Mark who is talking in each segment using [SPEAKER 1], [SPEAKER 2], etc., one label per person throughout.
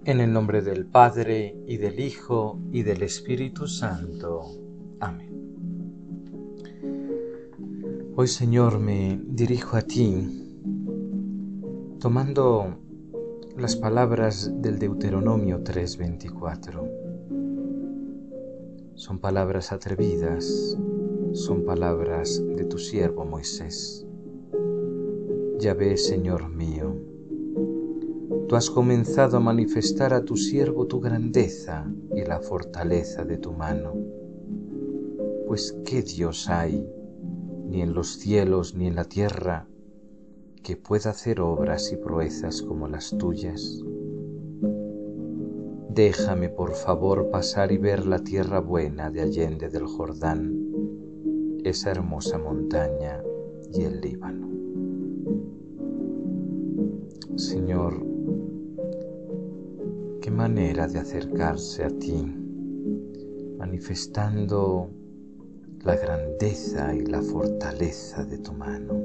[SPEAKER 1] En el nombre del Padre, y del Hijo, y del Espíritu Santo. Amén. Hoy, Señor, me dirijo a ti, tomando las palabras del Deuteronomio 3:24. Son palabras atrevidas, son palabras de tu siervo Moisés. Ya ves, Señor mío, tú has comenzado a manifestar a tu siervo tu grandeza y la fortaleza de tu mano. Pues ¿qué Dios hay, ni en los cielos ni en la tierra, que pueda hacer obras y proezas como las tuyas? Déjame, por favor, pasar y ver la tierra buena de allende del Jordán, esa hermosa montaña y el Líbano. Señor, qué manera de acercarse a ti, manifestando la grandeza y la fortaleza de tu mano.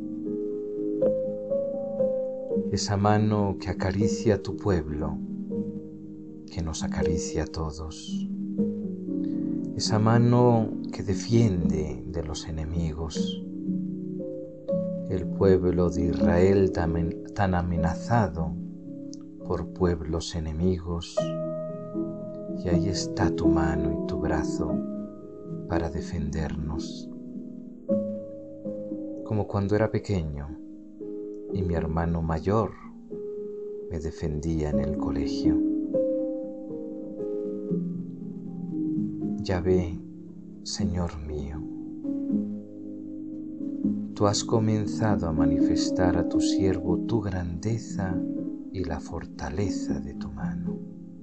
[SPEAKER 1] Esa mano que acaricia a tu pueblo, que nos acaricia a todos. Esa mano que defiende de los enemigos. El pueblo de Israel tan amenazado por pueblos enemigos, y ahí está tu mano y tu brazo para defendernos. Como cuando era pequeño y mi hermano mayor me defendía en el colegio. Ya ve, Señor mío, tú has comenzado a manifestar a tu siervo tu grandeza y la fortaleza de tu mano.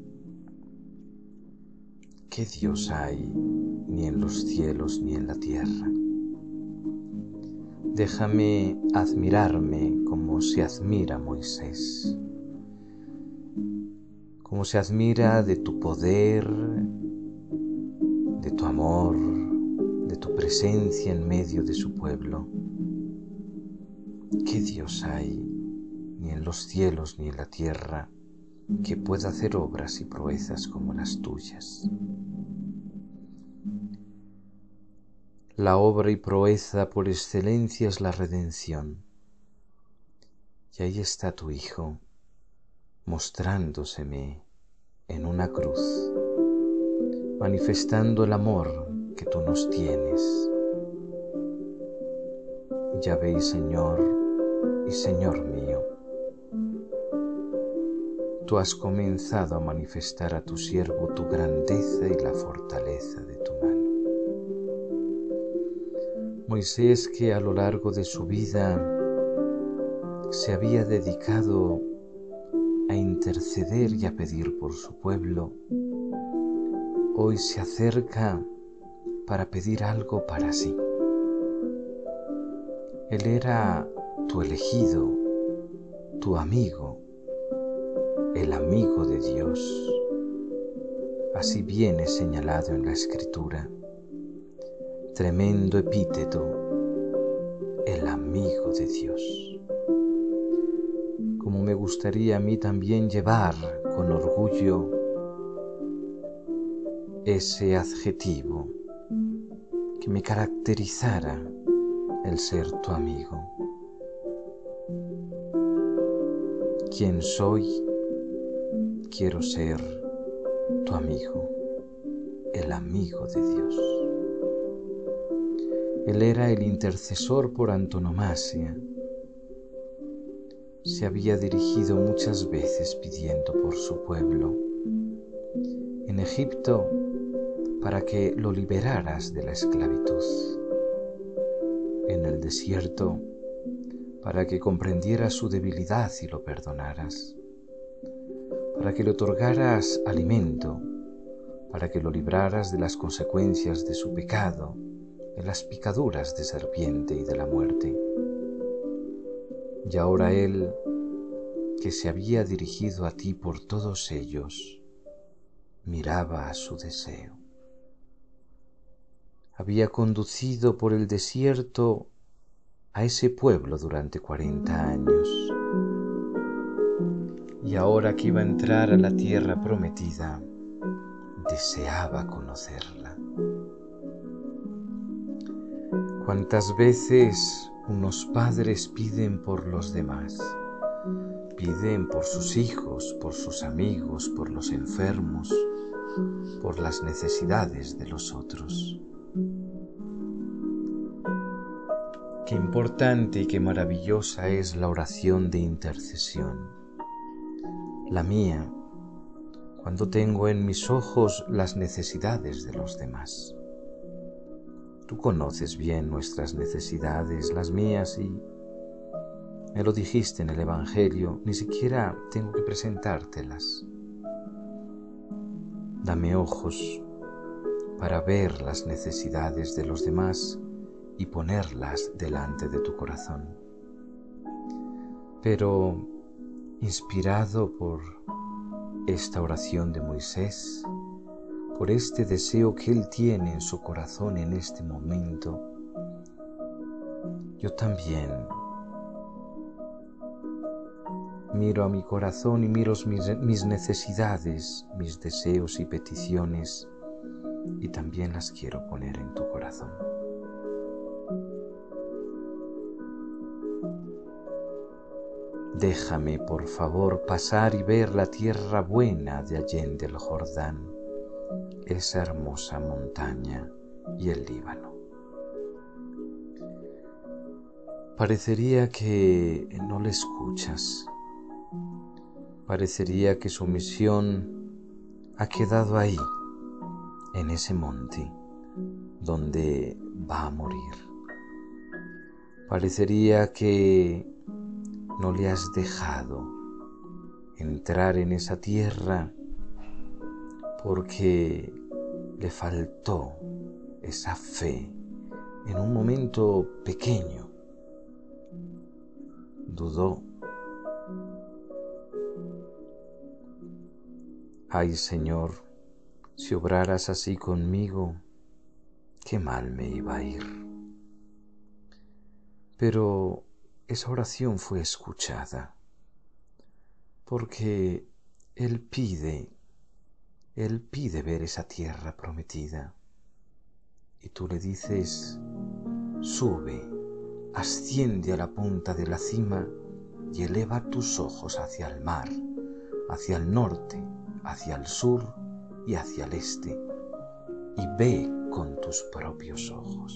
[SPEAKER 1] ¿Qué Dios hay, ni en los cielos ni en la tierra? Déjame admirarme como se admira Moisés, como se admira de tu poder, de tu amor, de tu presencia en medio de su pueblo. ¿Qué Dios hay, ni en los cielos ni en la tierra, que pueda hacer obras y proezas como las tuyas? La obra y proeza por excelencia es la redención. Y ahí está tu Hijo, mostrándoseme en una cruz, manifestando el amor que tú nos tienes. Ya veis, Señor y Señor mío, tú has comenzado a manifestar a tu siervo tu grandeza y la fortaleza de tu mano. Moisés, que a lo largo de su vida se había dedicado a interceder y a pedir por su pueblo, hoy se acerca para pedir algo para sí. Él era tu elegido, tu amigo, el amigo de Dios. Así viene señalado en la Escritura. Tremendo epíteto, el amigo de Dios. Como me gustaría a mí también llevar con orgullo ese adjetivo que me caracterizara el ser tu amigo. ¿Quién soy? Quiero ser tu amigo, el amigo de Dios. Él era el intercesor por antonomasia. Se había dirigido muchas veces pidiendo por su pueblo. En Egipto, para que lo liberaras de la esclavitud. En el desierto, para que comprendieras su debilidad y lo perdonaras. Para que le otorgaras alimento, para que lo libraras de las consecuencias de su pecado, de las picaduras de serpiente y de la muerte. Y ahora Él, que se había dirigido a ti por todos ellos, miraba a su deseo. Había conducido por el desierto a ese pueblo durante 40 años. y ahora que iba a entrar a la tierra prometida, deseaba conocerla. ¿Cuántas veces unos padres piden por los demás? Piden por sus hijos, por sus amigos, por los enfermos, por las necesidades de los otros. Qué importante y qué maravillosa es la oración de intercesión. La mía, cuando tengo en mis ojos las necesidades de los demás. Tú conoces bien nuestras necesidades, las mías, y me lo dijiste en el Evangelio, ni siquiera tengo que presentártelas. Dame ojos para ver las necesidades de los demás y ponerlas delante de tu corazón. Pero, inspirado por esta oración de Moisés, por este deseo que él tiene en su corazón en este momento, yo también miro a mi corazón y miro mis necesidades, mis deseos y peticiones, y también las quiero poner en tu corazón. Déjame, por favor, pasar y ver la tierra buena de allende el Jordán, esa hermosa montaña y el Líbano. Parecería que no le escuchas. Parecería que su misión ha quedado ahí, en ese monte, donde va a morir. Parecería que no le has dejado entrar en esa tierra porque le faltó esa fe en un momento pequeño. Dudó. Ay, Señor, si obraras así conmigo, qué mal me iba a ir. Pero esa oración fue escuchada, porque Él pide ver esa tierra prometida. Y tú le dices, sube, asciende a la punta de la cima y eleva tus ojos hacia el mar, hacia el norte, hacia el sur y hacia el este, y ve con tus propios ojos.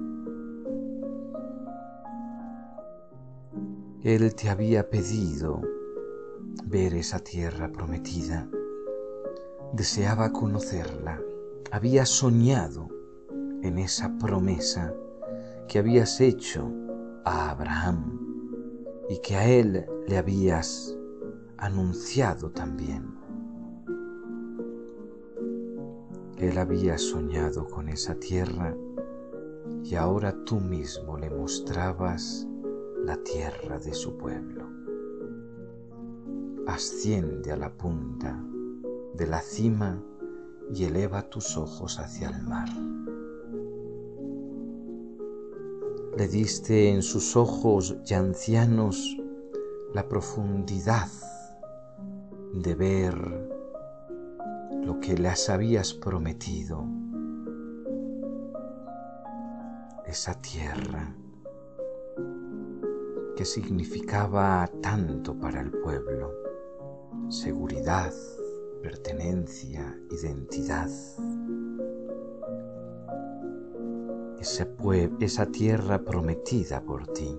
[SPEAKER 1] Él te había pedido ver esa tierra prometida, deseaba conocerla, había soñado en esa promesa que habías hecho a Abraham y que a él le habías anunciado también. Él había soñado con esa tierra y ahora tú mismo le mostrabas la tierra de su pueblo. Asciende a la punta de la cima y eleva tus ojos hacia el mar. Le diste en sus ojos ya ancianos la profundidad de ver lo que les habías prometido, esa tierra que significaba tanto para el pueblo, seguridad, pertenencia, identidad. Esa tierra prometida por ti.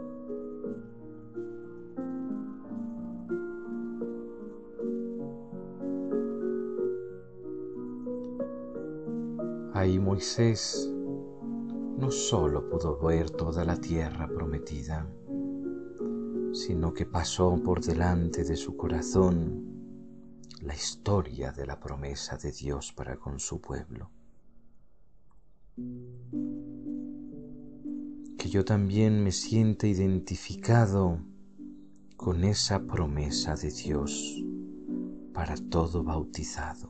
[SPEAKER 1] Ahí Moisés no solo pudo ver toda la tierra prometida, sino que pasó por delante de su corazón la historia de la promesa de Dios para con su pueblo. Que yo también me sienta identificado con esa promesa de Dios para todo bautizado.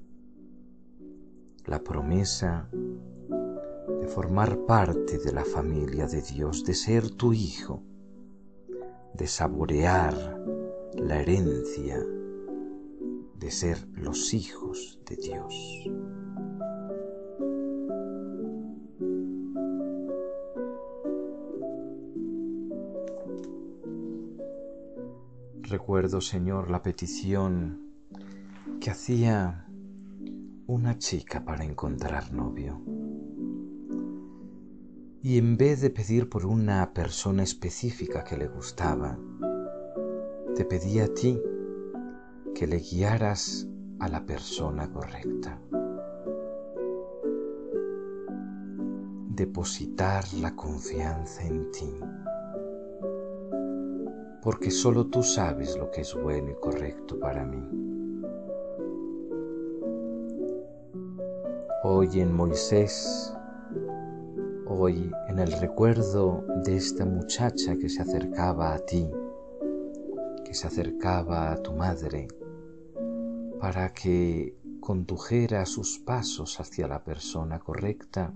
[SPEAKER 1] La promesa de formar parte de la familia de Dios, de ser tu hijo, de saborear la herencia de ser los hijos de Dios. Recuerdo, Señor, la petición que hacía una chica para encontrar novio. Y en vez de pedir por una persona específica que le gustaba, te pedí a ti que le guiaras a la persona correcta. Depositar la confianza en ti, porque solo tú sabes lo que es bueno y correcto para mí. Hoy en Moisés, hoy en el recuerdo de esta muchacha que se acercaba a ti, que se acercaba a tu madre, para que condujera sus pasos hacia la persona correcta,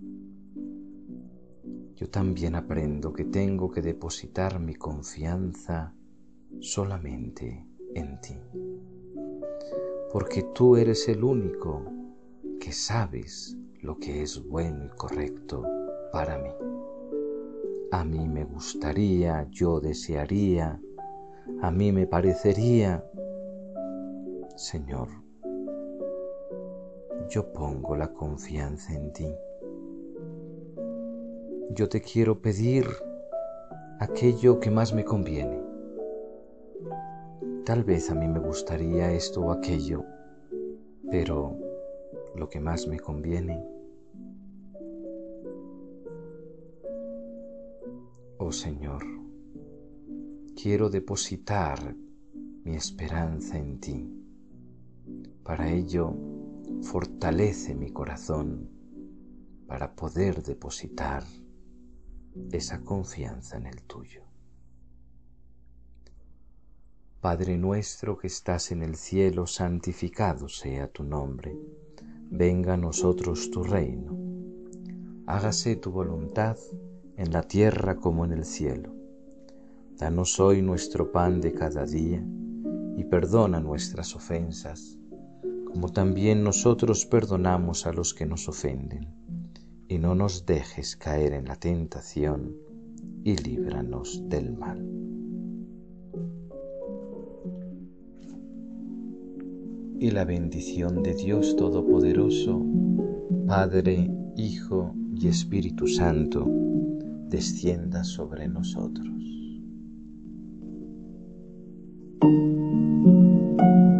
[SPEAKER 1] yo también aprendo que tengo que depositar mi confianza solamente en ti, porque tú eres el único que sabes lo que es bueno y correcto para mí. A mí me gustaría, yo desearía, a mí me parecería. Señor, yo pongo la confianza en ti. Yo te quiero pedir aquello que más me conviene. Tal vez a mí me gustaría esto o aquello, pero lo que más me conviene. Oh Señor, quiero depositar mi esperanza en ti. Para ello, fortalece mi corazón para poder depositar esa confianza en el tuyo. Padre nuestro que estás en el cielo, santificado sea tu nombre. Venga a nosotros tu reino. Hágase tu voluntad en la tierra como en el cielo. Danos hoy nuestro pan de cada día y perdona nuestras ofensas, como también nosotros perdonamos a los que nos ofenden. Y no nos dejes caer en la tentación, y líbranos del mal. Y la bendición de Dios Todopoderoso, Padre, Hijo y Espíritu Santo, descienda sobre nosotros.